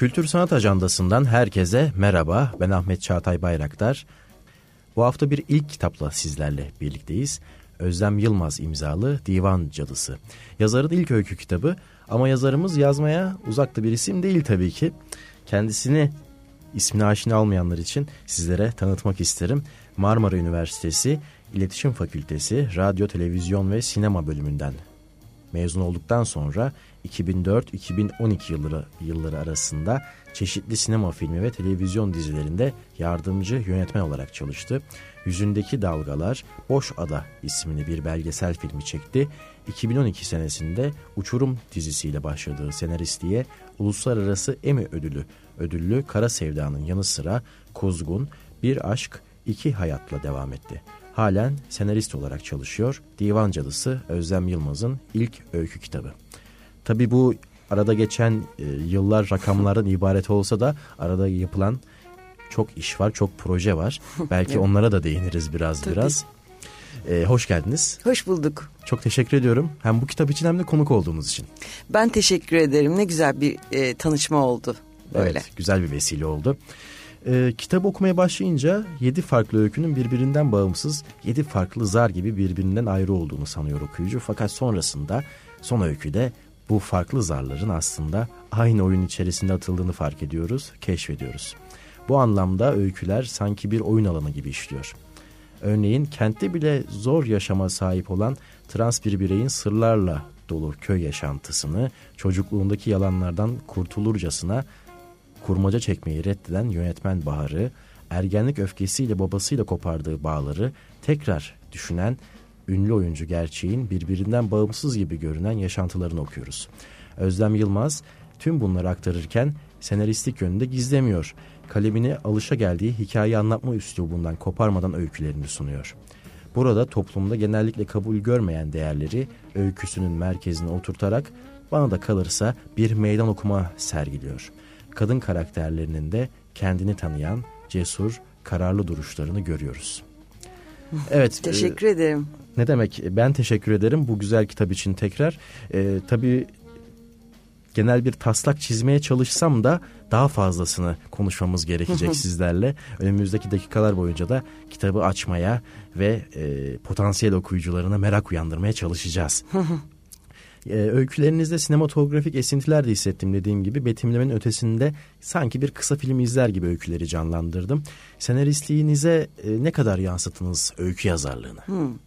Kültür Sanat Ajandası'ndan herkese merhaba. Ben Ahmet Çağatay Bayraktar. Bu hafta bir ilk kitapla sizlerle birlikteyiz. Özlem Yılmaz imzalı Divan Cadısı. Yazarın ilk öykü kitabı ama yazarımız yazmaya uzakta bir isim değil tabii ki. Kendisini, ismini aşina olmayanlar için sizlere tanıtmak isterim. Marmara Üniversitesi İletişim Fakültesi Radyo, Televizyon ve Sinema bölümünden mezun olduktan sonra 2004-2012 yılları arasında çeşitli sinema filmi ve televizyon dizilerinde yardımcı yönetmen olarak çalıştı. Yüzündeki Dalgalar, Boş Ada isimli bir belgesel filmi çekti. 2012 senesinde Uçurum dizisiyle başladığı senaristliğe Uluslararası Emmy ödüllü Kara Sevda'nın yanı sıra Kuzgun, Bir Aşk, İki Hayat'la devam etti. Halen senarist olarak çalışıyor. Divan Cadısı Özlem Yılmaz'ın ilk öykü kitabı. Tabii bu arada geçen yıllar rakamlardan ibaret olsa da arada yapılan çok iş var, çok proje var. Belki evet, onlara da değiniriz biraz. Hoş geldiniz. Hoş bulduk. Çok teşekkür ediyorum. Hem bu kitap için hem de konuk olduğumuz için. Ben teşekkür ederim. Ne güzel bir tanışma oldu. Böyle. Evet, güzel bir vesile oldu. Kitabı okumaya başlayınca 7 farklı öykünün birbirinden bağımsız, 7 farklı zar gibi birbirinden ayrı olduğunu sanıyor okuyucu. Fakat sonrasında son öyküde bu farklı zarların aslında aynı oyun içerisinde atıldığını fark ediyoruz, keşfediyoruz. Bu anlamda öyküler sanki bir oyun alanı gibi işliyor. Örneğin kentte bile zor yaşama sahip olan trans bir bireyin sırlarla dolu köy yaşantısını çocukluğundaki yalanlardan kurtulurcasına kurmaca çekmeyi reddeden yönetmen Bahar'ı, ergenlik öfkesiyle babasıyla kopardığı bağları tekrar düşünen ünlü oyuncu Gerçek'in birbirinden bağımsız gibi görünen yaşantılarını okuyoruz. Özlem Yılmaz tüm bunları aktarırken senaristlik yönünde gizlemiyor. Kalemine alışageldiği hikaye anlatma üslubundan koparmadan öykülerini sunuyor. Burada toplumda genellikle kabul görmeyen değerleri öyküsünün merkezine oturtarak bana da kalırsa bir meydan okuma sergiliyor. Kadın karakterlerinin de kendini tanıyan, cesur, kararlı duruşlarını görüyoruz. Evet. Teşekkür ederim. Ne demek? Ben teşekkür ederim bu güzel kitap için tekrar. Tabii genel bir taslak çizmeye çalışsam da daha fazlasını konuşmamız gerekecek sizlerle. Önümüzdeki dakikalar boyunca da kitabı açmaya ve potansiyel okuyucularına merak uyandırmaya çalışacağız. Öykülerinizde sinematografik esintiler de hissettim dediğim gibi. Betimlemenin ötesinde sanki bir kısa film izler gibi öyküleri canlandırdım. Senaristliğinize ne kadar yansıttınız öykü yazarlığını?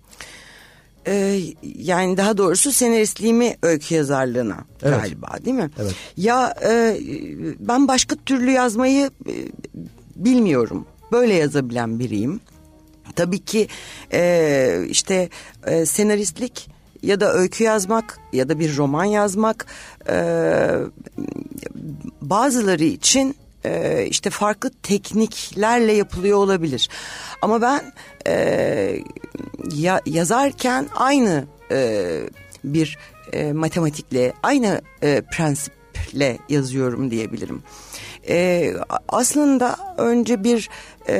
Yani daha doğrusu senaristliğimi öykü yazarlığına evet, galiba değil mi? Evet. Ya ben başka türlü yazmayı bilmiyorum. Böyle yazabilen biriyim. Tabii ki işte senaristlik ya da öykü yazmak ya da bir roman yazmak bazıları için işte farklı tekniklerle yapılıyor olabilir. Ama ben yazarken aynı bir matematikle, aynı prensiple yazıyorum diyebilirim. Aslında önce bir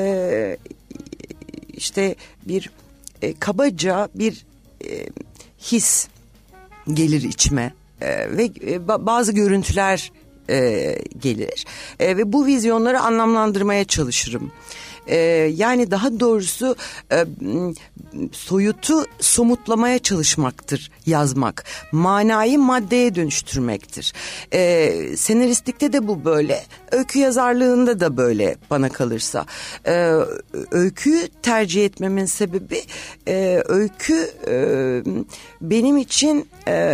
işte bir kabaca bir his gelir içime ve bazı görüntüler gelir ve bu vizyonları anlamlandırmaya çalışırım. Yani daha doğrusu soyutu somutlamaya çalışmaktır yazmak. Manayı maddeye dönüştürmektir. Senaristlikte de bu böyle. Öykü yazarlığında da böyle bana kalırsa. Öyküyü tercih etmemin sebebi öykü benim için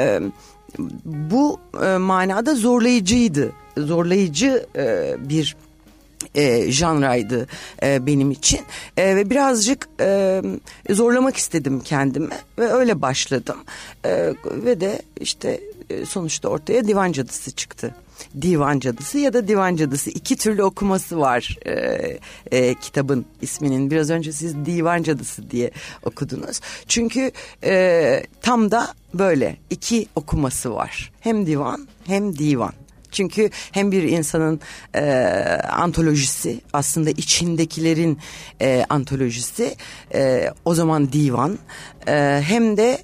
bu manada zorlayıcıydı. Zorlayıcı bir janraydı benim için ve birazcık zorlamak istedim kendimi ve öyle başladım ve de işte sonuçta ortaya Divan Cadısı çıktı. Divan Cadısı ya da Divan Cadısı, iki türlü okuması var kitabın isminin. Biraz önce siz Divan Cadısı diye okudunuz. Çünkü tam da böyle iki okuması var. Hem divan hem divan. Çünkü hem bir insanın antolojisi, aslında içindekilerin antolojisi, o zaman divan, hem de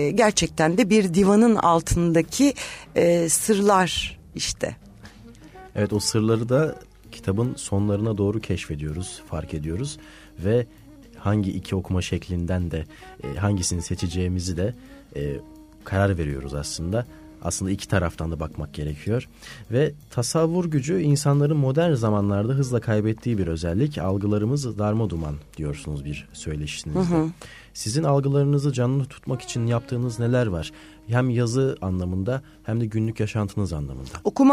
gerçekten de bir divanın altındaki sırlar işte. Evet, o sırları da kitabın sonlarına doğru keşfediyoruz, fark ediyoruz ve hangi iki okuma şeklinden de hangisini seçeceğimizi de karar veriyoruz aslında. Aslında iki taraftan da bakmak gerekiyor. Ve tasavvur gücü insanların modern zamanlarda hızla kaybettiği bir özellik. Algılarımız darmaduman diyorsunuz bir söyleşinizde. Sizin algılarınızı canlı tutmak için yaptığınız neler var? Hem yazı anlamında hem de günlük yaşantınız anlamında.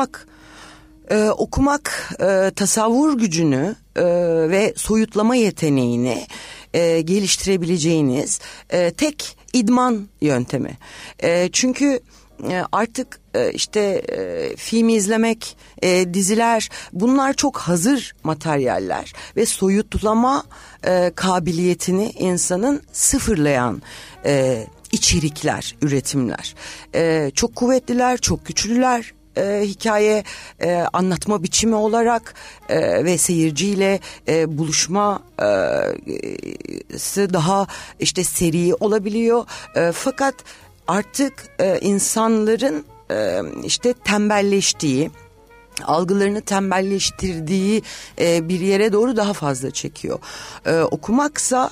Okumak tasavvur gücünü ve soyutlama yeteneğini geliştirebileceğiniz tek idman yöntemi. Çünkü artık film izlemek, diziler, bunlar çok hazır materyaller ve soyutlama kabiliyetini insanın sıfırlayan içerikler, üretimler. Çok kuvvetliler, çok güçlüler. Hikaye anlatma biçimi olarak ve seyirciyle buluşması daha seri olabiliyor. Fakat artık insanların tembelleştiği, algılarını tembelleştirdiği bir yere doğru daha fazla çekiyor. Okumaksa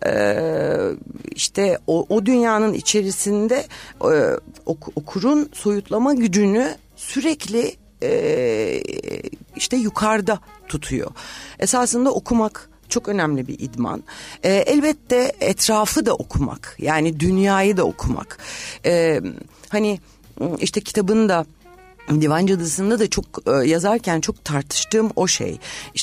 o dünyanın içerisinde okurun soyutlama gücünü sürekli yukarıda tutuyor. Esasında okumak çok önemli bir idman. Elbette etrafı da okumak, yani dünyayı da okumak. Kitabın da Divan Cadısı'nda da çok yazarken çok tartıştığım o şey.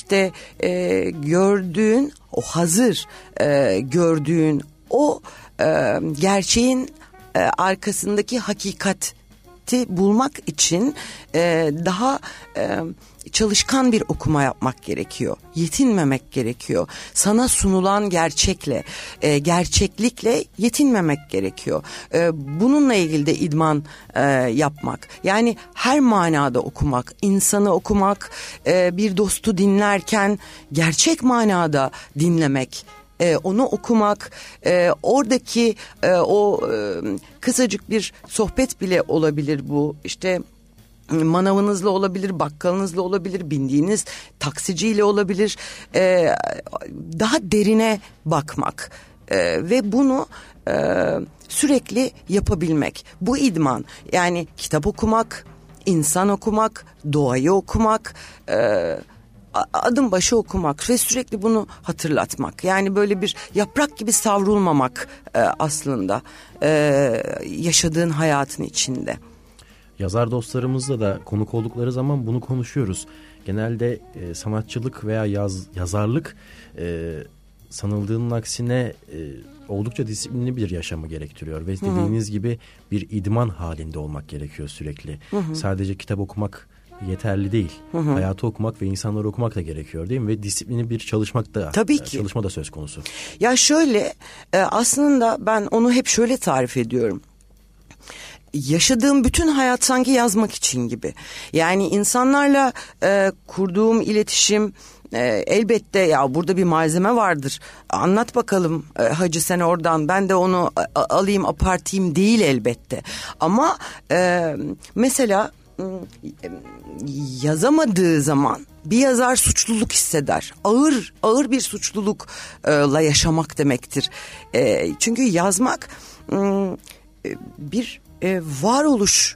Gördüğün, o hazır gördüğün o gerçeğin arkasındaki hakikati bulmak için daha çalışkan bir okuma yapmak gerekiyor. Yetinmemek gerekiyor. Sana sunulan gerçeklikle yetinmemek gerekiyor. Bununla ilgili de idman yapmak. Yani her manada okumak, insanı okumak, bir dostu dinlerken gerçek manada dinlemek, onu okumak, oradaki kısacık bir sohbet bile olabilir bu. Manavınızla olabilir, bakkalınızla olabilir, bindiğiniz taksiciyle olabilir. Daha derine bakmak ve bunu sürekli yapabilmek. Bu idman, yani kitap okumak, insan okumak, doğayı okumak, adım başı okumak ve sürekli bunu hatırlatmak. Yani böyle bir yaprak gibi savrulmamak aslında yaşadığın hayatın içinde. Yazar dostlarımızla da konuk oldukları zaman bunu konuşuyoruz. Genelde sanatçılık veya yazarlık sanıldığının aksine oldukça disiplinli bir yaşamı gerektiriyor. Ve dediğiniz gibi bir idman halinde olmak gerekiyor sürekli. Sadece kitap okumak yeterli değil. Hayatı okumak ve insanları okumak da gerekiyor, değil mi? Ve disiplinli bir çalışma da söz konusu. Ya şöyle, aslında ben onu hep şöyle tarif ediyorum. Yaşadığım bütün hayat sanki yazmak için gibi. Yani insanlarla kurduğum iletişim, elbette ya burada bir malzeme vardır. Anlat bakalım hacı sen oradan, ben de onu alayım apartayım değil elbette. Ama mesela yazamadığı zaman bir yazar suçluluk hisseder. Ağır bir suçlulukla yaşamak demektir. Çünkü yazmak bir varoluş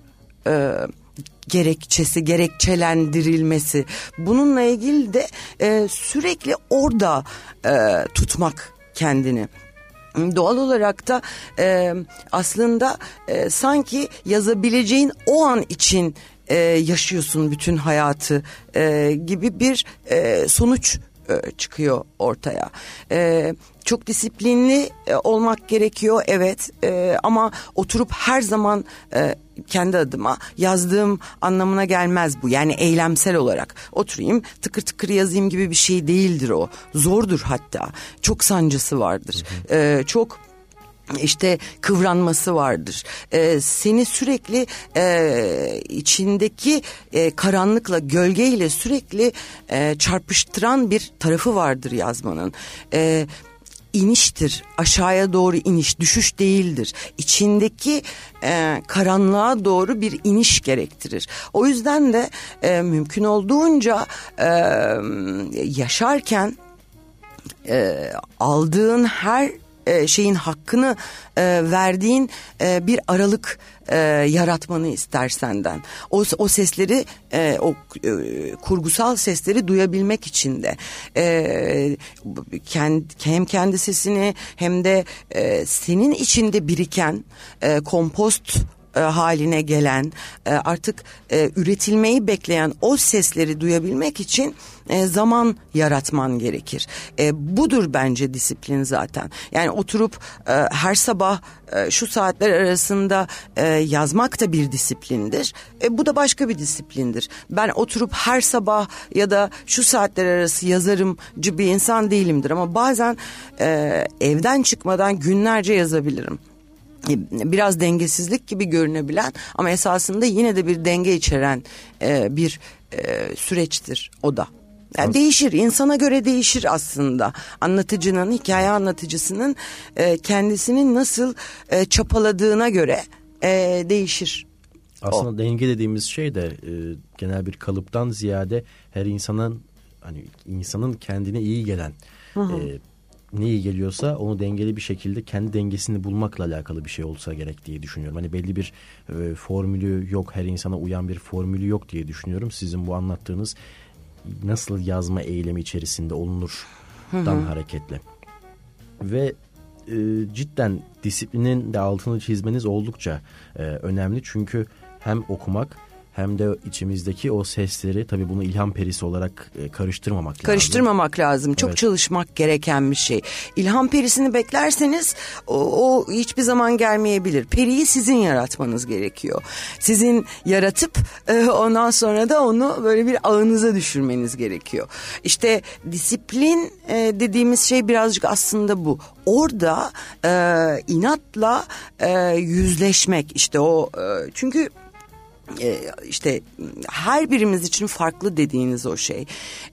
gerekçelendirilmesi. Bununla ilgili de sürekli orada tutmak kendini. Doğal olarak da aslında sanki yazabileceğin o an için yaşıyorsun bütün hayatı gibi bir sonuç çıkıyor ortaya. Çok disiplinli olmak gerekiyor, evet, ama oturup her zaman kendi adıma yazdığım anlamına gelmez bu. Yani eylemsel olarak oturayım tıkır tıkır yazayım gibi bir şey değildir o. Zordur hatta. Çok sancısı vardır. Çok kıvranması vardır. Seni sürekli içindeki karanlıkla, gölgeyle sürekli çarpıştıran bir tarafı vardır yazmanın. iniştir. Aşağıya doğru iniş, düşüş değildir. İçindeki karanlığa doğru bir iniş gerektirir. O yüzden de mümkün olduğunca yaşarken aldığın her şeyin hakkını verdiğin bir aralık yaratmanı ister senden. O sesleri, o kurgusal sesleri duyabilmek için de hem kendi sesini hem de senin içinde biriken kompost haline gelen, artık üretilmeyi bekleyen o sesleri duyabilmek için zaman yaratman gerekir. Budur bence disiplin zaten. Yani oturup her sabah şu saatler arasında yazmak da bir disiplindir. Bu da başka bir disiplindir. Ben oturup her sabah ya da şu saatler arası yazarımcı bir insan değilimdir. Ama bazen evden çıkmadan günlerce yazabilirim. Biraz dengesizlik gibi görünebilen ama esasında yine de bir denge içeren bir süreçtir o da. Yani değişir, insana göre değişir aslında. Anlatıcının, hikaye anlatıcısının kendisinin nasıl çapaladığına göre değişir. Aslında denge dediğimiz şey de genel bir kalıptan ziyade her insanın kendine iyi gelen, ne iyi geliyorsa onu dengeli bir şekilde kendi dengesini bulmakla alakalı bir şey olsa gerek diye düşünüyorum. Hani belli bir formülü yok, her insana uyan bir formülü yok diye düşünüyorum. Sizin bu anlattığınız nasıl yazma eylemi içerisinde olunurdan hareketle. Ve cidden disiplinin de altını çizmeniz oldukça önemli. Çünkü hem okumak hem de içimizdeki o sesleri, tabii bunu ilham perisi olarak karıştırmamak lazım. Çok Evet. Çalışmak gereken bir şey. İlham perisini beklerseniz o hiçbir zaman gelmeyebilir. Periyi sizin yaratmanız gerekiyor. Sizin yaratıp ondan sonra da onu böyle bir ağınıza düşürmeniz gerekiyor. İşte disiplin dediğimiz şey birazcık aslında bu. Orada inatla yüzleşmek, işte o çünkü işte her birimiz için farklı dediğiniz o şey.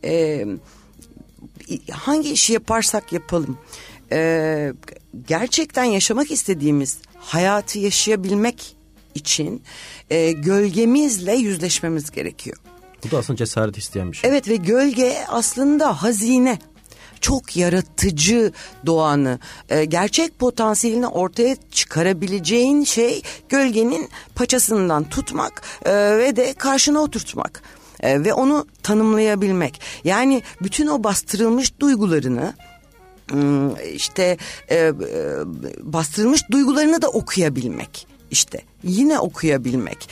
Hangi işi yaparsak yapalım, gerçekten yaşamak istediğimiz hayatı yaşayabilmek için gölgemizle yüzleşmemiz gerekiyor. Bu da aslında cesaret isteyen bir şey. Evet, ve gölge aslında hazine. Çok yaratıcı doğanı, gerçek potansiyelini ortaya çıkarabileceğin şey gölgenin paçasından tutmak ve de karşına oturtmak ve onu tanımlayabilmek. Yani bütün o bastırılmış duygularını, işte bastırılmış duygularını da okuyabilmek. İşte yine okuyabilmek.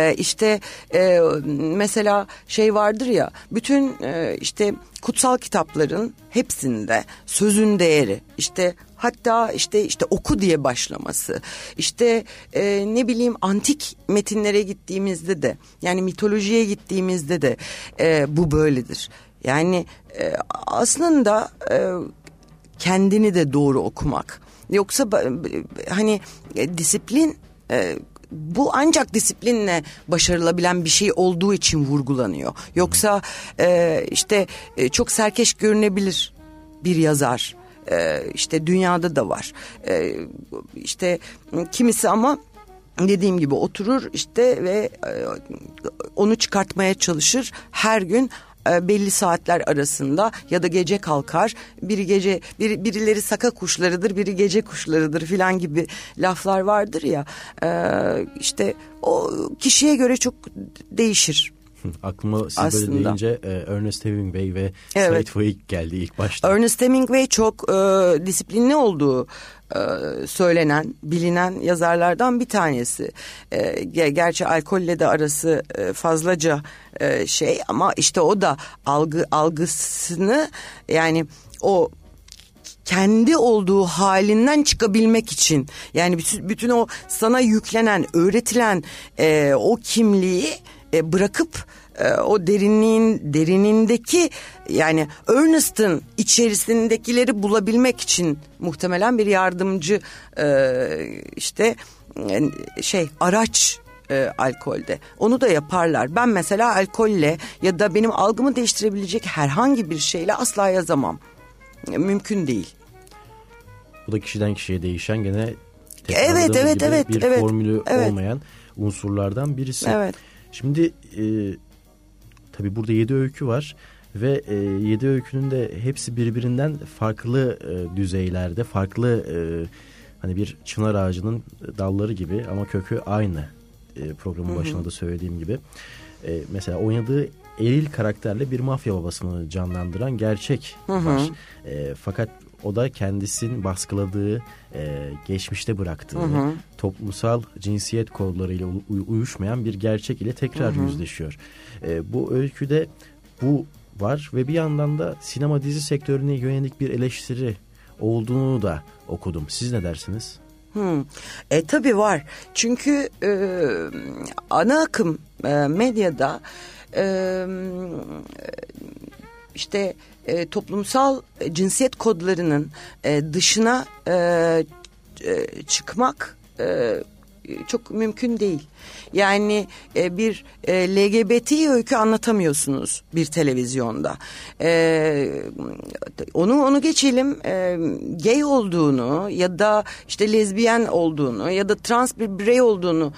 Mesela şey vardır ya, bütün işte kutsal kitapların hepsinde sözün değeri, işte hatta işte oku diye başlaması, işte ne bileyim antik metinlere gittiğimizde de, yani mitolojiye gittiğimizde de bu böyledir. Yani aslında kendini de doğru okumak. Yoksa hani disiplin, bu ancak disiplinle başarılabilen bir şey olduğu için vurgulanıyor. Yoksa çok serkeş görünebilir bir yazar. İşte dünyada da var. İşte kimisi ama dediğim gibi oturur işte ve onu çıkartmaya çalışır her gün. Belli saatler arasında ya da gece kalkar, birileri saka kuşlarıdır, biri gece kuşlarıdır filan gibi laflar vardır ya, işte o kişiye göre çok değişir. Aklıma siz aslında böyle deyince Ernest Hemingway ve Evet. Said Faik geldi ilk başta. Ernest Hemingway çok disiplinli olduğu söylenen, bilinen yazarlardan bir tanesi. Gerçi alkolle de arası fazlaca şey, ama işte o da algısını, yani o kendi olduğu halinden çıkabilmek için, yani bütün o sana yüklenen, öğretilen o kimliği bırakıp o derinindeki, yani Ernest'ın içerisindekileri bulabilmek için muhtemelen bir yardımcı araç alkolde. Onu da yaparlar. Ben mesela alkolle ya da benim algımı değiştirebilecek herhangi bir şeyle asla yazamam. Mümkün değil. Bu da kişiden kişiye değişen gene evet, formülü olmayan unsurlardan birisi. Evet. Şimdi tabii burada 7 öykü var ve 7 öykünün de hepsi birbirinden farklı düzeylerde, farklı hani bir çınar ağacının dalları gibi ama kökü aynı. Programın başında da söylediğim gibi. Mesela oynadığı eril karakterle bir mafya babasını canlandıran gerçek var. Fakat o da kendisinin baskıladığı, geçmişte bıraktığı toplumsal cinsiyet kodlarıyla uyuşmayan bir gerçek ile tekrar yüzleşiyor. Bu öyküde bu var ve bir yandan da sinema dizi sektörüne yönelik bir eleştiri olduğunu da okudum. Siz ne dersiniz? Tabii var. Çünkü ana akım medyada işte toplumsal cinsiyet kodlarının dışına çıkmak çok mümkün değil. Yani bir LGBT öykü anlatamıyorsunuz bir televizyonda. Onu geçelim, gay olduğunu ya da işte lezbiyen olduğunu ya da trans bir birey olduğunu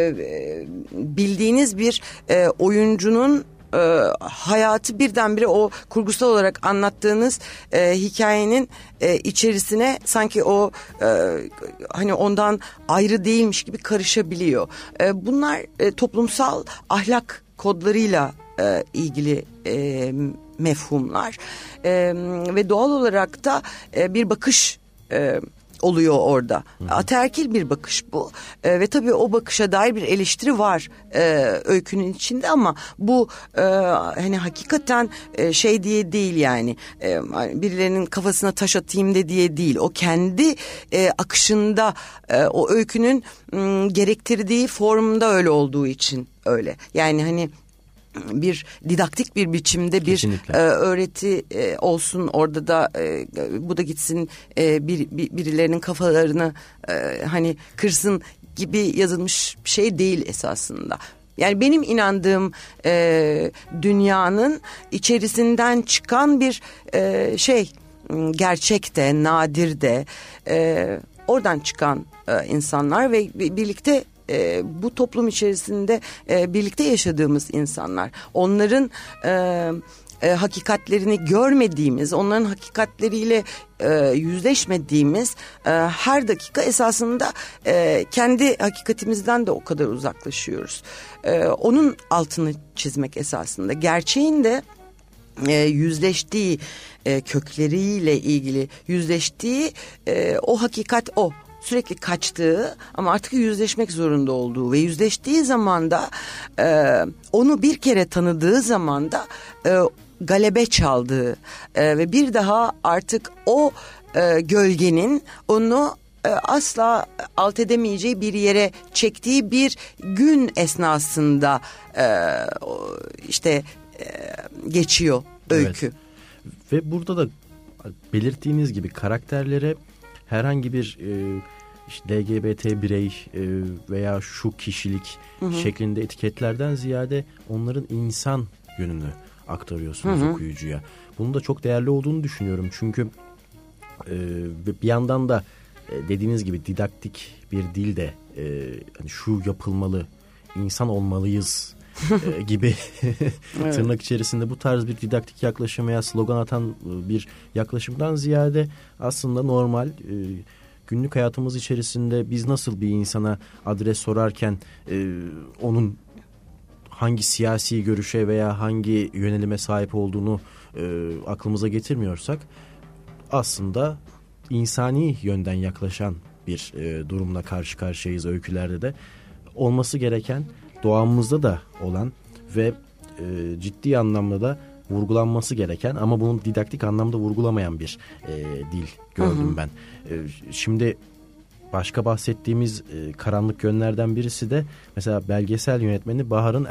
bildiğiniz bir oyuncunun hayatı birdenbire o kurgusal olarak anlattığınız hikayenin içerisine sanki o hani ondan ayrı değilmiş gibi karışabiliyor. Bunlar toplumsal ahlak kodlarıyla ilgili mefhumlar ve doğal olarak da bir bakış oluyor orada. Ataerkil bir bakış bu. Ve tabii o bakışa dair bir eleştiri var öykünün içinde ama bu hani hakikaten şey diye değil yani. Birilerinin kafasına taş atayım de diye değil. O kendi akışında o öykünün gerektirdiği formda öyle olduğu için öyle. Yani hani bir didaktik bir biçimde bir öğreti olsun orada da bu da gitsin birilerinin kafalarını hani kırsın gibi yazılmış bir şey değil esasında. Yani benim inandığım dünyanın içerisinden çıkan bir şey, gerçek de nadir de oradan çıkan insanlar ve birlikte bu toplum içerisinde birlikte yaşadığımız insanlar. Onların hakikatlerini görmediğimiz, onların hakikatleriyle yüzleşmediğimiz her dakika esasında kendi hakikatimizden de o kadar uzaklaşıyoruz. Onun altını çizmek esasında. Gerçeğin de yüzleştiği, kökleriyle ilgili yüzleştiği o hakikat o. Sürekli kaçtığı ama artık yüzleşmek zorunda olduğu ve yüzleştiği zaman da onu bir kere tanıdığı zaman da galebe çaldığı ve bir daha artık o gölgenin onu asla alt edemeyeceği bir yere çektiği bir gün esnasında işte geçiyor öykü. Evet. Ve burada da belirttiğiniz gibi karakterlere herhangi bir işte LGBT birey veya şu kişilik şeklinde etiketlerden ziyade onların insan yönünü aktarıyorsunuz okuyucuya. Bunun da çok değerli olduğunu düşünüyorum. Çünkü bir yandan da dediğiniz gibi didaktik bir dilde hani şu yapılmalı, insan olmalıyız gibi evet. Tırnak içerisinde bu tarz bir didaktik yaklaşım veya slogan atan bir yaklaşımdan ziyade aslında normal günlük hayatımız içerisinde biz nasıl bir insana adres sorarken onun hangi siyasi görüşe veya hangi yönelime sahip olduğunu aklımıza getirmiyorsak aslında insani yönden yaklaşan bir durumla karşı karşıyayız öykülerde de. Olması gereken doğamızda da olan ve ciddi anlamda da vurgulanması gereken ama bunu didaktik anlamda vurgulamayan bir dil gördüm ben. Şimdi başka bahsettiğimiz karanlık yönlerden birisi de mesela belgesel yönetmeni Bahar'ın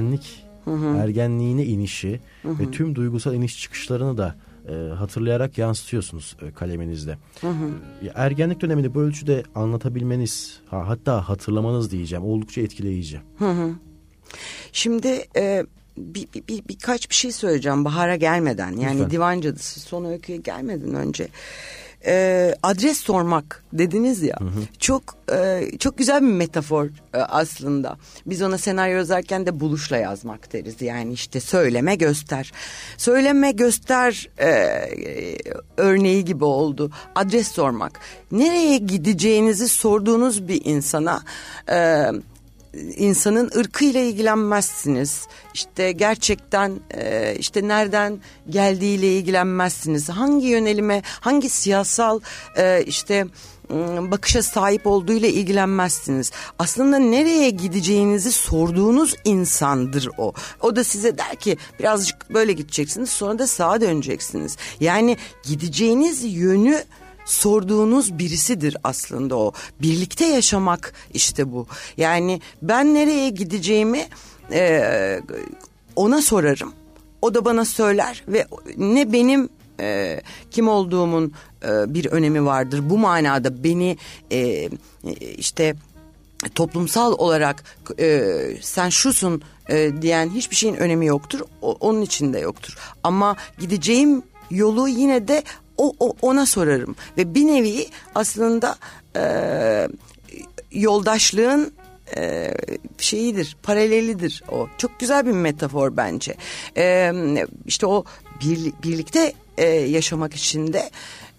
ergenliğine inişi ve tüm duygusal iniş çıkışlarını da hatırlayarak yansıtıyorsunuz kaleminizde. Ergenlik dönemini bu ölçüde anlatabilmeniz, hatta hatırlamanız diyeceğim, oldukça etkileyici. Şimdi birkaç bir şey söyleyeceğim Bahar'a gelmeden. Yani lütfen. Divan Cadısı son öyküye gelmeden önce. adres sormak dediniz ya, çok güzel bir metafor aslında. Biz ona senaryo yazarken de buluşla yazmak deriz. Yani işte söyleme göster. Söyleme göster örneği gibi oldu. Adres sormak. Nereye gideceğinizi sorduğunuz bir insana insanın ırkıyla ilgilenmezsiniz. İşte gerçekten işte nereden geldiğiyle ilgilenmezsiniz. Hangi yönelime, hangi siyasal işte bakışa sahip olduğuyla ilgilenmezsiniz. Aslında nereye gideceğinizi sorduğunuz insandır o. O da size der ki birazcık böyle gideceksiniz, sonra da sağa döneceksiniz. Yani gideceğiniz yönü sorduğunuz birisidir aslında o. Birlikte yaşamak işte bu. Yani ben nereye gideceğimi ona sorarım. O da bana söyler ve ne benim kim olduğumun bir önemi vardır. Bu manada beni işte toplumsal olarak sen şusun diyen hiçbir şeyin önemi yoktur. Onun için de yoktur. Ama gideceğim yolu yine de ona sorarım ve bir nevi aslında yoldaşlığın şeyidir, paralelidir o. Çok güzel bir metafor bence. İşte o birlikte yaşamak için de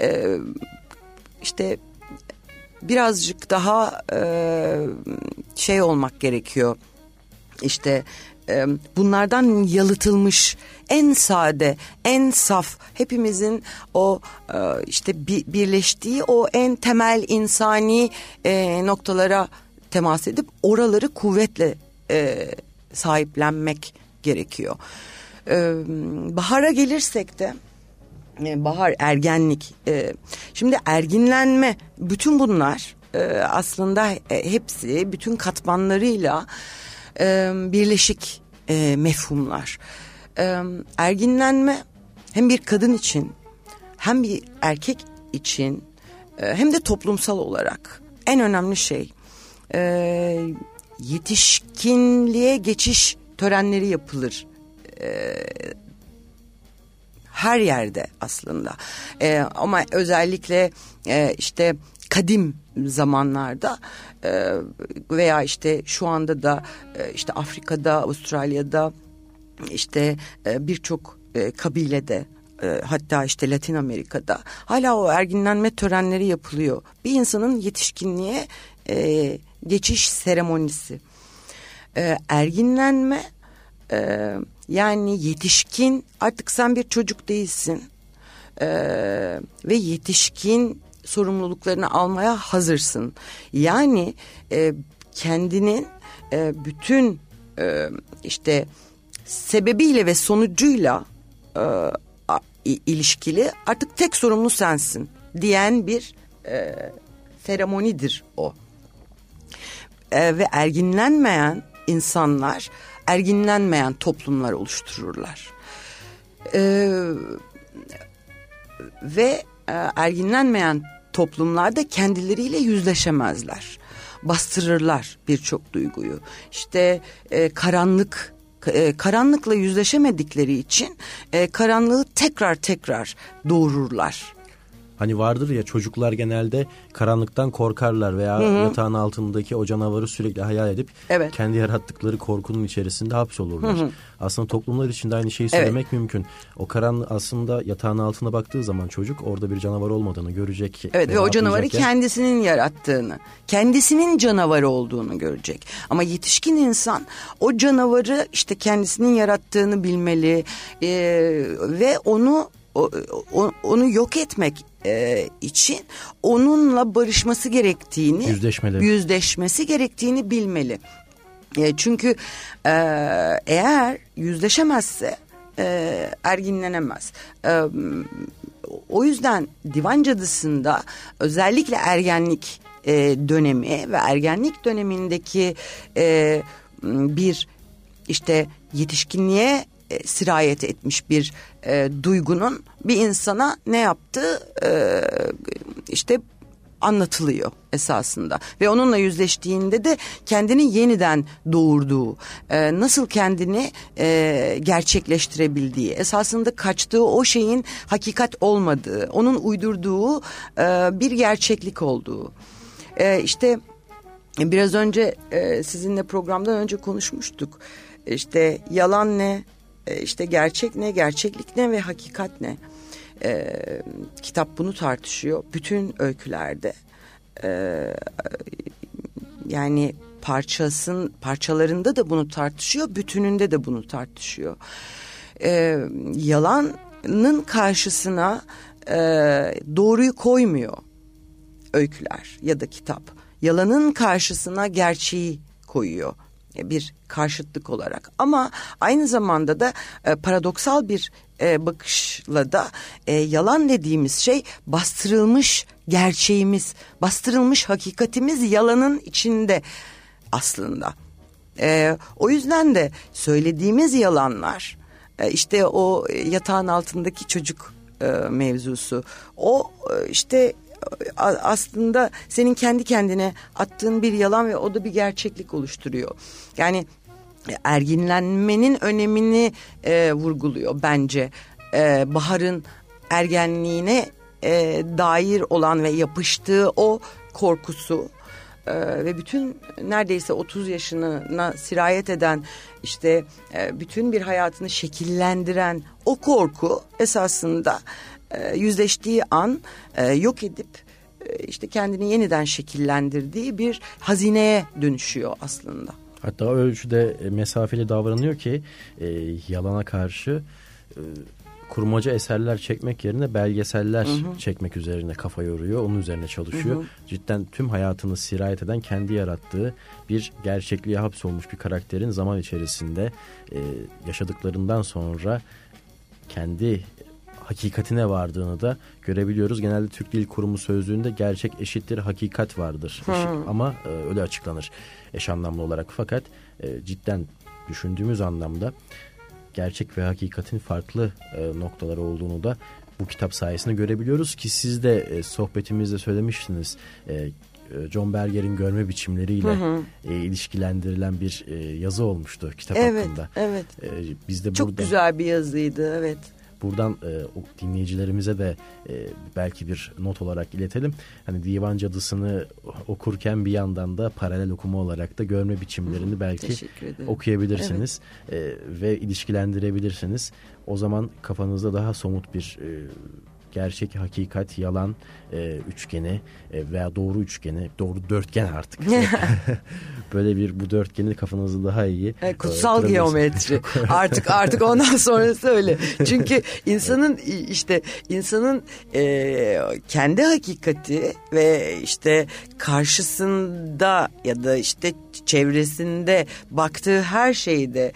işte birazcık daha şey olmak gerekiyor. İşte bunlardan yalıtılmış, en sade, en saf, hepimizin o işte birleştiği o en temel insani noktalara temas edip oraları kuvvetle sahiplenmek gerekiyor. Bahara gelirsek de bahar, ergenlik, şimdi erginlenme, bütün bunlar aslında hepsi bütün katmanlarıyla birleşik mefhumlar. Erginlenme hem bir kadın için hem bir erkek için hem de toplumsal olarak en önemli şey yetişkinliğe geçiş törenleri yapılır. Her yerde aslında ama özellikle işte kadim zamanlarda veya işte şu anda da işte Afrika'da, Avustralya'da işte birçok kabilede hatta işte Latin Amerika'da hala o erginlenme törenleri yapılıyor. Bir insanın yetişkinliğe geçiş seremonisi. Erginlenme yani yetişkin, artık sen bir çocuk değilsin ve yetişkin sorumluluklarını almaya hazırsın. Yani kendinin bütün işte sebebiyle ve sonucuyla ilişkili artık tek sorumlu sensin diyen bir seremonidir o. Ve erginlenmeyen insanlar erginlenmeyen toplumlar oluştururlar. Ve erginlenmeyen toplumlarda kendileriyle yüzleşemezler. Bastırırlar birçok duyguyu. İşte karanlıkla yüzleşemedikleri için karanlığı tekrar doğururlar. Hani vardır ya, çocuklar genelde karanlıktan korkarlar veya yatağın altındaki o canavarı sürekli hayal edip kendi yarattıkları korkunun içerisinde hapsolurlar. Aslında toplumlar için de aynı şeyi söylemek mümkün. O karanlık aslında yatağın altına baktığı zaman çocuk orada bir canavar olmadığını görecek. Evet, ve o canavarı kendisinin yarattığını, kendisinin canavarı olduğunu görecek. Ama yetişkin insan o canavarı işte kendisinin yarattığını bilmeli ve onu yok etmek için onunla barışması gerektiğini, yüzleşmesi gerektiğini bilmeli. Çünkü eğer yüzleşemezse erginlenemez. O yüzden Divan Cadısı'nda özellikle ergenlik dönemi ve ergenlik dönemindeki bir işte yetişkinliğe sirayet etmiş bir duygunun bir insana ne yaptığı işte anlatılıyor esasında. Ve onunla yüzleştiğinde de kendini yeniden doğurduğu, nasıl kendini gerçekleştirebildiği, esasında kaçtığı o şeyin hakikat olmadığı, onun uydurduğu bir gerçeklik olduğu. İşte biraz önce sizinle programdan önce konuşmuştuk. İşte yalan ne, işte gerçek ne, gerçeklik ne ve hakikat ne? Kitap bunu tartışıyor bütün öykülerde. Yani parçalarında da bunu tartışıyor, bütününde de bunu tartışıyor. Yalanın karşısına doğruyu koymuyor öyküler ya da kitap. Yalanın karşısına gerçeği koyuyor bir karşıtlık olarak. Ama aynı zamanda da paradoksal bir bakışla da yalan dediğimiz şey bastırılmış gerçeğimiz, bastırılmış hakikatimiz yalanın içinde aslında. O yüzden de söylediğimiz yalanlar, işte o yatağın altındaki çocuk mevzusu, o işte aslında senin kendi kendine attığın bir yalan ve o da bir gerçeklik oluşturuyor. Yani erginlenmenin önemini vurguluyor bence. Bahar'ın ergenliğine dair olan ve yapıştığı o korkusu ve bütün neredeyse 30 yaşına sirayet eden, işte bütün bir hayatını şekillendiren o korku esasında yüzleştiği an yok edip işte kendini yeniden şekillendirdiği bir hazineye dönüşüyor aslında. Hatta o ölçüde mesafeli davranıyor ki yalana karşı kurmaca eserler çekmek yerine belgeseller çekmek üzerine kafa yoruyor. Onun üzerine çalışıyor. Cidden tüm hayatını sirayet eden, kendi yarattığı bir gerçekliğe hapsolmuş bir karakterin zaman içerisinde yaşadıklarından sonra kendi hakikatine vardığını da görebiliyoruz. Genelde Türk Dil Kurumu sözlüğünde gerçek eşittir hakikat vardır. Ama öyle açıklanır eş anlamlı olarak. Fakat cidden düşündüğümüz anlamda gerçek ve hakikatin farklı noktaları olduğunu da bu kitap sayesinde görebiliyoruz ki siz de sohbetimizde söylemiştiniz. John Berger'in görme biçimleriyle ilişkilendirilen bir yazı olmuştu kitap hakkında. Evet. Biz de çok güzel bir yazıydı, evet. Buradan dinleyicilerimize de belki bir not olarak iletelim. Hani Divan Cadısı'nı okurken bir yandan da paralel okuma olarak da görme biçimlerini belki okuyabilirsiniz. Ve ilişkilendirebilirsiniz. O zaman kafanızda daha somut bir gerçek, hakikat, yalan üçgeni veya doğru üçgeni, doğru dörtgen artık. Böyle bu dörtgeni kafanızda daha iyi. Kutsal geometri. artık ondan sonra söyle. Çünkü insanın kendi hakikati ve işte karşısında ya da işte çevresinde baktığı her şeyde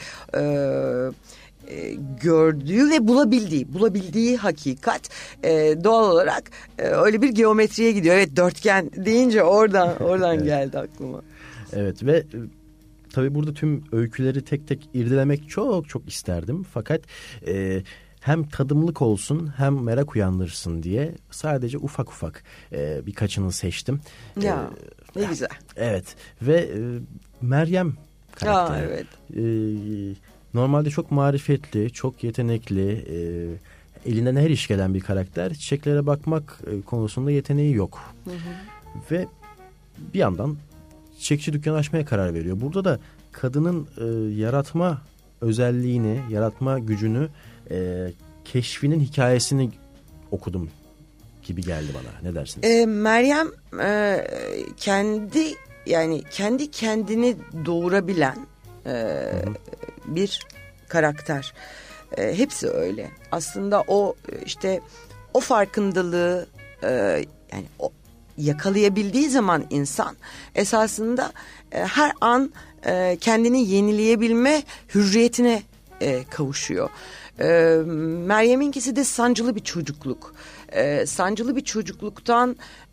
gördüğü ve bulabildiği hakikat doğal olarak öyle bir geometriye gidiyor. Evet, dörtgen deyince oradan geldi aklıma. Evet ve tabii burada tüm öyküleri tek tek irdelemek çok çok isterdim. Fakat hem tadımlık olsun hem merak uyandırsın diye sadece ufak ufak birkaçını seçtim. Ya ne güzel. Evet ve Meryem karakteri. Evet. Normalde çok marifetli, çok yetenekli, elinden her iş gelen bir karakter. Çiçeklere bakmak konusunda yeteneği yok. Ve bir yandan çiçekçi dükkanı açmaya karar veriyor. Burada da kadının yaratma özelliğini, yaratma gücünü, keşfinin hikayesini okudum gibi geldi bana. Ne dersiniz? Meryem kendi kendini doğurabilen bir karakter. Hepsi öyle. Aslında o işte o farkındalığı yani o yakalayabildiği zaman insan esasında her an kendini yenileyebilme hürriyetine kavuşuyor. Meryem'inkisi de sancılı bir çocukluk. Sancılı bir çocukluktan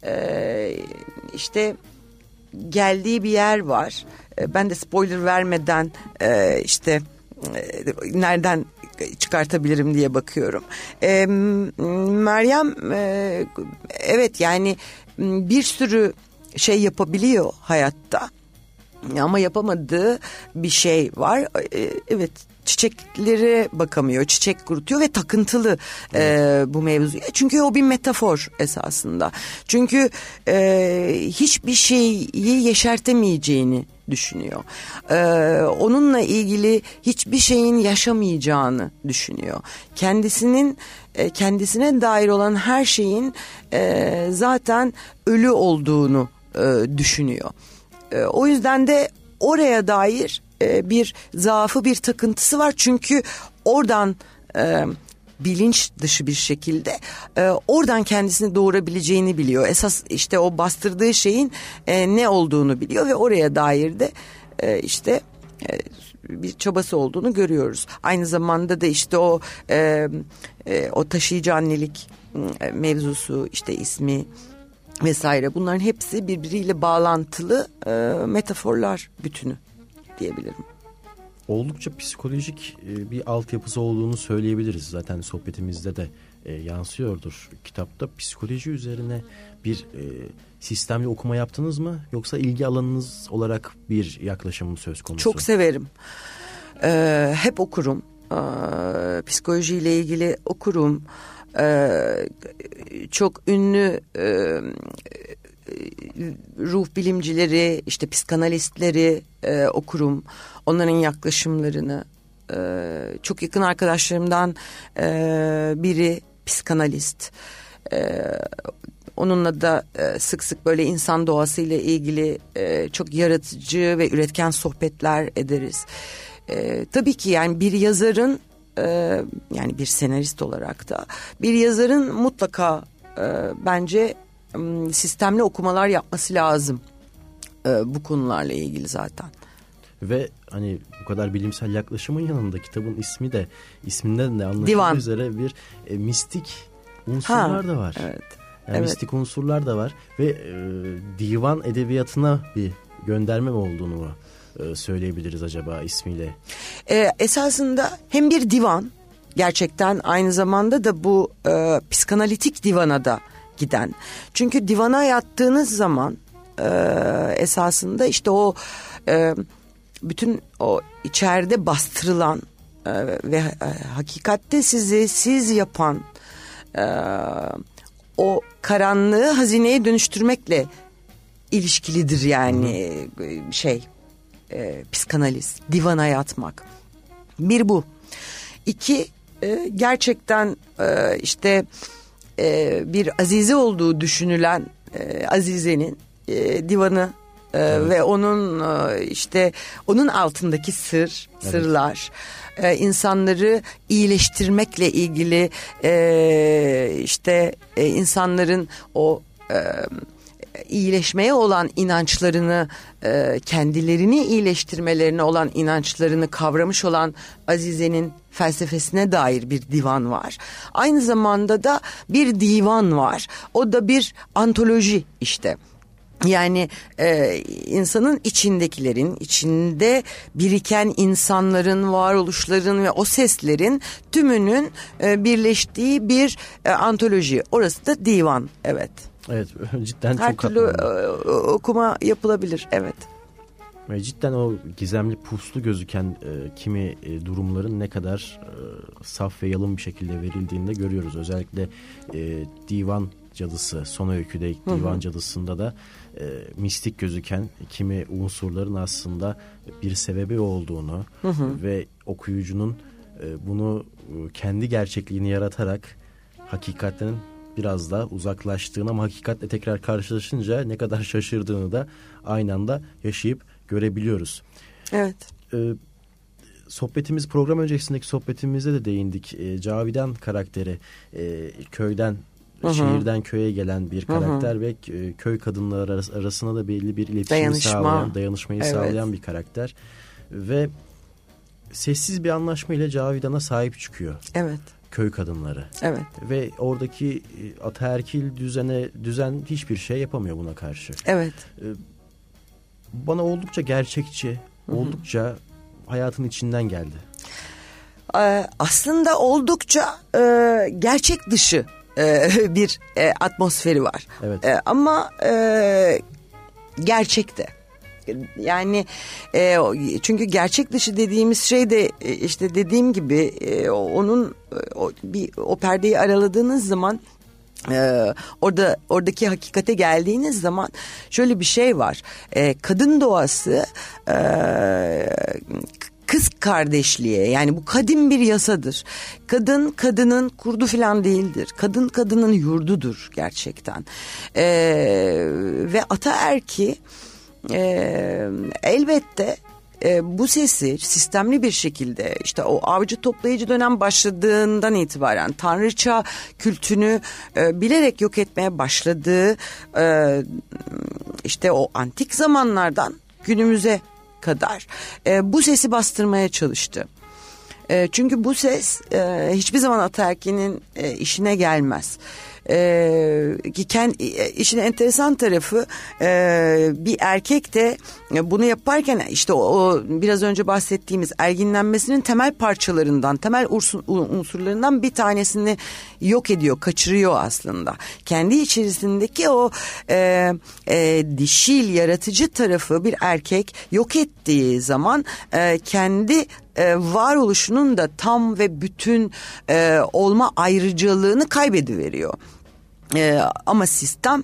işte geldiği bir yer var. Ben de spoiler vermeden işte nereden çıkartabilirim diye bakıyorum. Meryem evet yani bir sürü şey yapabiliyor hayatta. Ama yapamadığı bir şey var. Evet, çiçeklere bakamıyor, çiçek kurutuyor ve takıntılı bu mevzuya. Çünkü o bir metafor esasında. Çünkü hiçbir şeyi yeşertemeyeceğini düşünüyor. Onunla ilgili hiçbir şeyin yaşamayacağını düşünüyor. Kendisine dair olan her şeyin zaten ölü olduğunu düşünüyor. O yüzden de oraya dair bir zaafı, bir takıntısı var. Çünkü oradan bilinç dışı bir şekilde oradan kendisini doğurabileceğini biliyor. Esas işte o bastırdığı şeyin ne olduğunu biliyor ve oraya dair de işte bir çabası olduğunu görüyoruz. Aynı zamanda da işte o taşıyıcı annelik mevzusu, işte ismi vesaire, bunların hepsi birbiriyle bağlantılı metaforlar bütünü diyebilirim. Oldukça psikolojik bir altyapısı olduğunu söyleyebiliriz. Zaten sohbetimizde de yansıyordur kitapta. Psikoloji üzerine bir sistemli okuma yaptınız mı? Yoksa ilgi alanınız olarak bir yaklaşım söz konusu? Çok severim. Hep okurum. Psikolojiyle ilgili okurum. Çok ünlü ruh bilimcileri, işte psikanalistleri okurum. Onların yaklaşımlarını. Çok yakın arkadaşlarımdan biri psikanalist. Onunla da sık sık böyle insan doğasıyla ilgili çok yaratıcı ve üretken sohbetler ederiz. Tabii ki yani bir yazarın, yani bir senarist olarak da bir yazarın mutlaka bence sistemli okumalar yapması lazım bu konularla ilgili zaten. Ve hani bu kadar bilimsel yaklaşımın yanında kitabın ismi de, isminden de anlaşıldığı Divan. üzere bir mistik unsurlar da var. Evet. Yani evet. Mistik unsurlar da var ve divan edebiyatına bir gönderme mi olduğunu mu söyleyebiliriz acaba ismiyle? Esasında hem bir divan, gerçekten aynı zamanda da bu psikanalitik divana da giden. Çünkü divana yattığınız zaman esasında işte o bütün o içeride bastırılan ve hakikatte siz yapan o karanlığı hazineye dönüştürmekle ilişkilidir yani psikanaliz, divana yatmak. Bir bu. İki, gerçekten işte bir Azize olduğu düşünülen Azize'nin divanı ve onun işte onun altındaki sırlar, insanları iyileştirmekle ilgili işte insanların o iyileşmeye olan inançlarını, kendilerini iyileştirmelerine olan inançlarını kavramış olan Azize'nin felsefesine dair bir divan var. Aynı zamanda da bir divan var. O da bir antoloji işte. Yani insanın içindekilerin, içinde biriken insanların, varoluşların ve o seslerin tümünün birleştiği bir antoloji. Orası da divan, evet. Evet, cidden her çok türlü okuma yapılabilir, evet. Ve cidden o gizemli, puslu gözüken kimi durumların ne kadar saf ve yalın bir şekilde verildiğini de görüyoruz. Özellikle divan cadısı, son öyküde divan cadısında da mistik gözüken kimi unsurların aslında bir sebebi olduğunu ve okuyucunun bunu kendi gerçekliğini yaratarak hakikatten biraz da uzaklaştığını ama hakikatle tekrar karşılaşınca ne kadar şaşırdığını da aynı anda yaşayıp görebiliyoruz. Evet. Program öncesindeki sohbetimizde de değindik. Cavidan karakteri köyden, şehirden köye gelen bir karakter ve köy kadınları arasında da belli bir iletişimi dayanışmayı sağlayan bir karakter. Ve sessiz bir anlaşma ile Cavidan'a sahip çıkıyor. Evet. Köy kadınları. Evet. Ve oradaki ataerkil düzen hiçbir şey yapamıyor buna karşı. Evet. Bana oldukça gerçekçi, oldukça hayatın içinden geldi. aslında oldukça gerçek dışı bir atmosferi var. Evet. Ama gerçekte. Yani çünkü gerçek dışı dediğimiz şey de işte dediğim gibi o perdeyi araladığınız zaman oradaki hakikate geldiğiniz zaman şöyle bir şey var. Kadın doğası kız kardeşliğe, yani bu kadim bir yasadır. Kadın kadının kurdu falan değildir. Kadın kadının yurdudur gerçekten. Ve ataerki elbette bu sesi sistemli bir şekilde işte o avcı toplayıcı dönem başladığından itibaren tanrıça kültünü bilerek yok etmeye başladığı işte o antik zamanlardan günümüze kadar bu sesi bastırmaya çalıştı. Çünkü bu ses hiçbir zaman ataerkinin işine gelmez. İşin enteresan tarafı bir erkek de bunu yaparken işte o biraz önce bahsettiğimiz erginlenmesinin temel parçalarından, temel unsurlarından bir tanesini yok ediyor, kaçırıyor aslında. Kendi içerisindeki o dişil, yaratıcı tarafı bir erkek yok ettiği zaman kendi varoluşunun da tam ve bütün olma ayrıcalığını kaybediveriyor. Ama sistem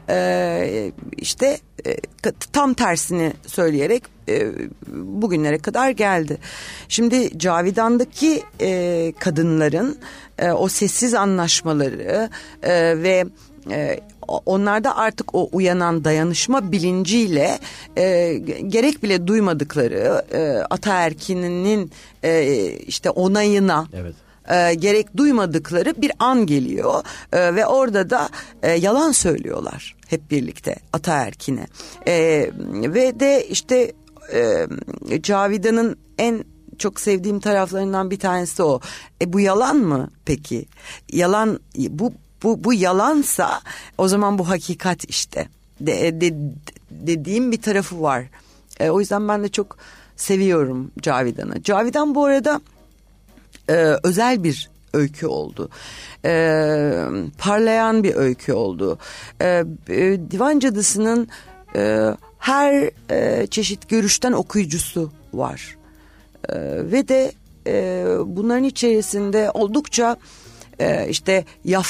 işte tam tersini söyleyerek bugünlere kadar geldi. Şimdi Cavidan'daki kadınların o sessiz anlaşmaları ve onlarda artık o uyanan dayanışma bilinciyle gerek bile duymadıkları ataerkinin işte onayına, evet, gerek duymadıkları bir an geliyor ve orada da yalan söylüyorlar hep birlikte ataerkine ve de işte Cavidan'ın en çok sevdiğim taraflarından bir tanesi o. Bu yalan mı peki? Yalan, bu yalansa o zaman bu hakikat işte dediğim bir tarafı var. O yüzden ben de çok seviyorum Cavidan'ı. Cavidan bu arada özel bir öykü oldu. Parlayan bir öykü oldu. Divan Cadısı'nın her çeşit görüşten okuyucusu var. Ve de bunların içerisinde oldukça işte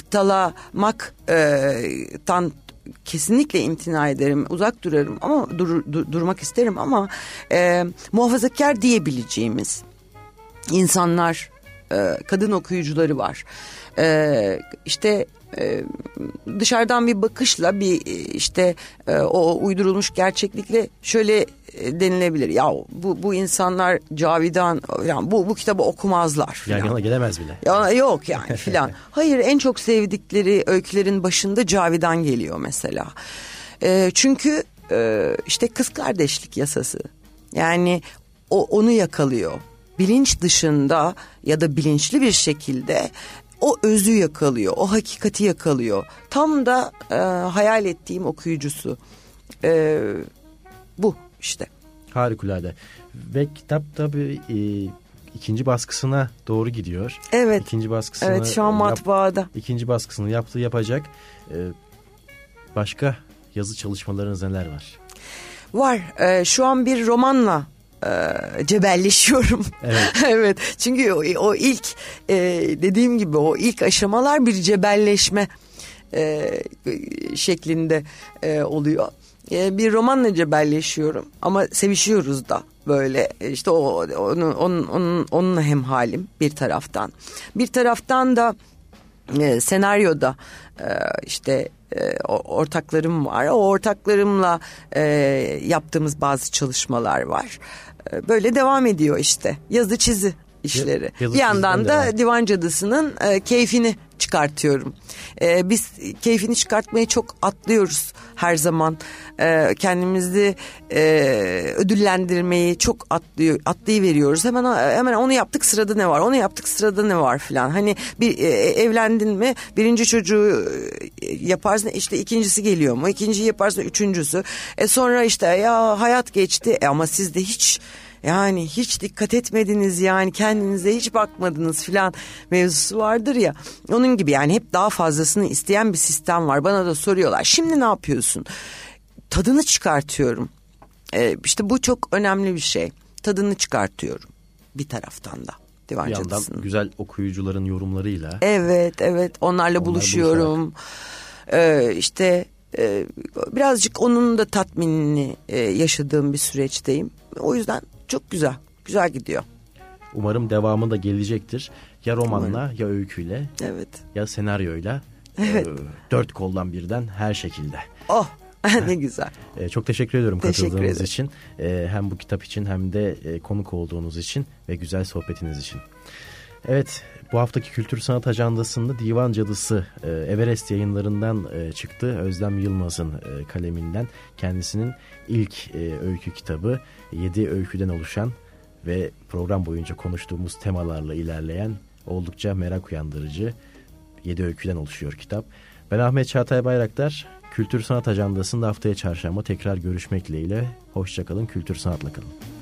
yaftalamaktan kesinlikle imtina ederim, uzak durarım ama durmak isterim ama muhafazakar diyebileceğimiz insanlar, kadın okuyucuları var. İşte dışarıdan bir bakışla bir işte o uydurulmuş gerçeklikle şöyle denilebilir. Ya bu insanlar Cavidan yani bu kitabı okumazlar filan. Yana gelemez bile. Ya, yok yani filan. Hayır, en çok sevdikleri öykülerin başında Cavidan geliyor mesela. Çünkü işte kız kardeşlik yasası. Yani onu yakalıyor. Bilinç dışında ya da bilinçli bir şekilde o özü yakalıyor, o hakikati yakalıyor. Tam da hayal ettiğim okuyucusu. Bu işte. Harikulade. Ve kitap tabii ikinci baskısına doğru gidiyor. Evet. İkinci baskısını, evet, şu an matbaada. İkinci baskısını yapacak. Başka yazı çalışmalarınız neler var? Var. Şu an bir romanla cebelleşiyorum. Evet. Evet. Çünkü o ilk dediğim gibi o ilk aşamalar bir cebelleşme şeklinde oluyor. Bir romanla cebelleşiyorum ama sevişiyoruz da böyle işte onunla hemhalim bir taraftan. Bir taraftan da senaryoda işte ortaklarım var. O ortaklarımla yaptığımız bazı çalışmalar var. Böyle devam ediyor işte. Yazı çizi işleri. Bir yandan da Divan Cadısı'nın keyfini çıkartıyorum. Biz keyfini çıkartmayı çok atlıyoruz her zaman. Kendimizi ödüllendirmeyi çok atlayıveriyoruz. Hemen onu yaptık, sırada ne var? Onu yaptık, sırada ne var filan. Hani bir evlendin mi birinci çocuğu yaparsın, işte ikincisi geliyor mu? İkinciyi yaparsın, üçüncüsü. Sonra işte ya hayat geçti ama sizde hiç Yani hiç dikkat etmediniz, yani kendinize hiç bakmadınız filan mevzusu vardır ya. Onun gibi yani hep daha fazlasını isteyen bir sistem var. Bana da soruyorlar, şimdi ne yapıyorsun? Tadını çıkartıyorum. İşte bu çok önemli bir şey. Tadını çıkartıyorum bir taraftan da. Divan bir yandan Cadısı'nın. güzel okuyucuların yorumlarıyla. Evet onlarla buluşuyorum. İşte birazcık onun da tatminini yaşadığım bir süreçteyim. O yüzden çok güzel gidiyor. Umarım devamı da gelecektir. Ya romanla ya öyküyle, evet, ya senaryoyla. Evet. 4 koldan birden her şekilde. Oh ne güzel. Çok teşekkür ediyorum Teşekkür katıldığınız ederim. için. Hem bu kitap için hem de konuk olduğunuz için ve güzel sohbetiniz için. Evet, bu haftaki Kültür Sanat Ajandası'nda Divan Cadısı Everest yayınlarından çıktı. Özlem Yılmaz'ın kaleminden kendisinin ilk öykü kitabı, 7 öyküden oluşan ve program boyunca konuştuğumuz temalarla ilerleyen oldukça merak uyandırıcı 7 öyküden oluşuyor kitap. Ben Ahmet Çağatay Bayraktar. Kültür Sanat Ajandası'nda haftaya çarşamba tekrar görüşmek dileğiyle. Hoşça kalın, kültür sanatla kalın.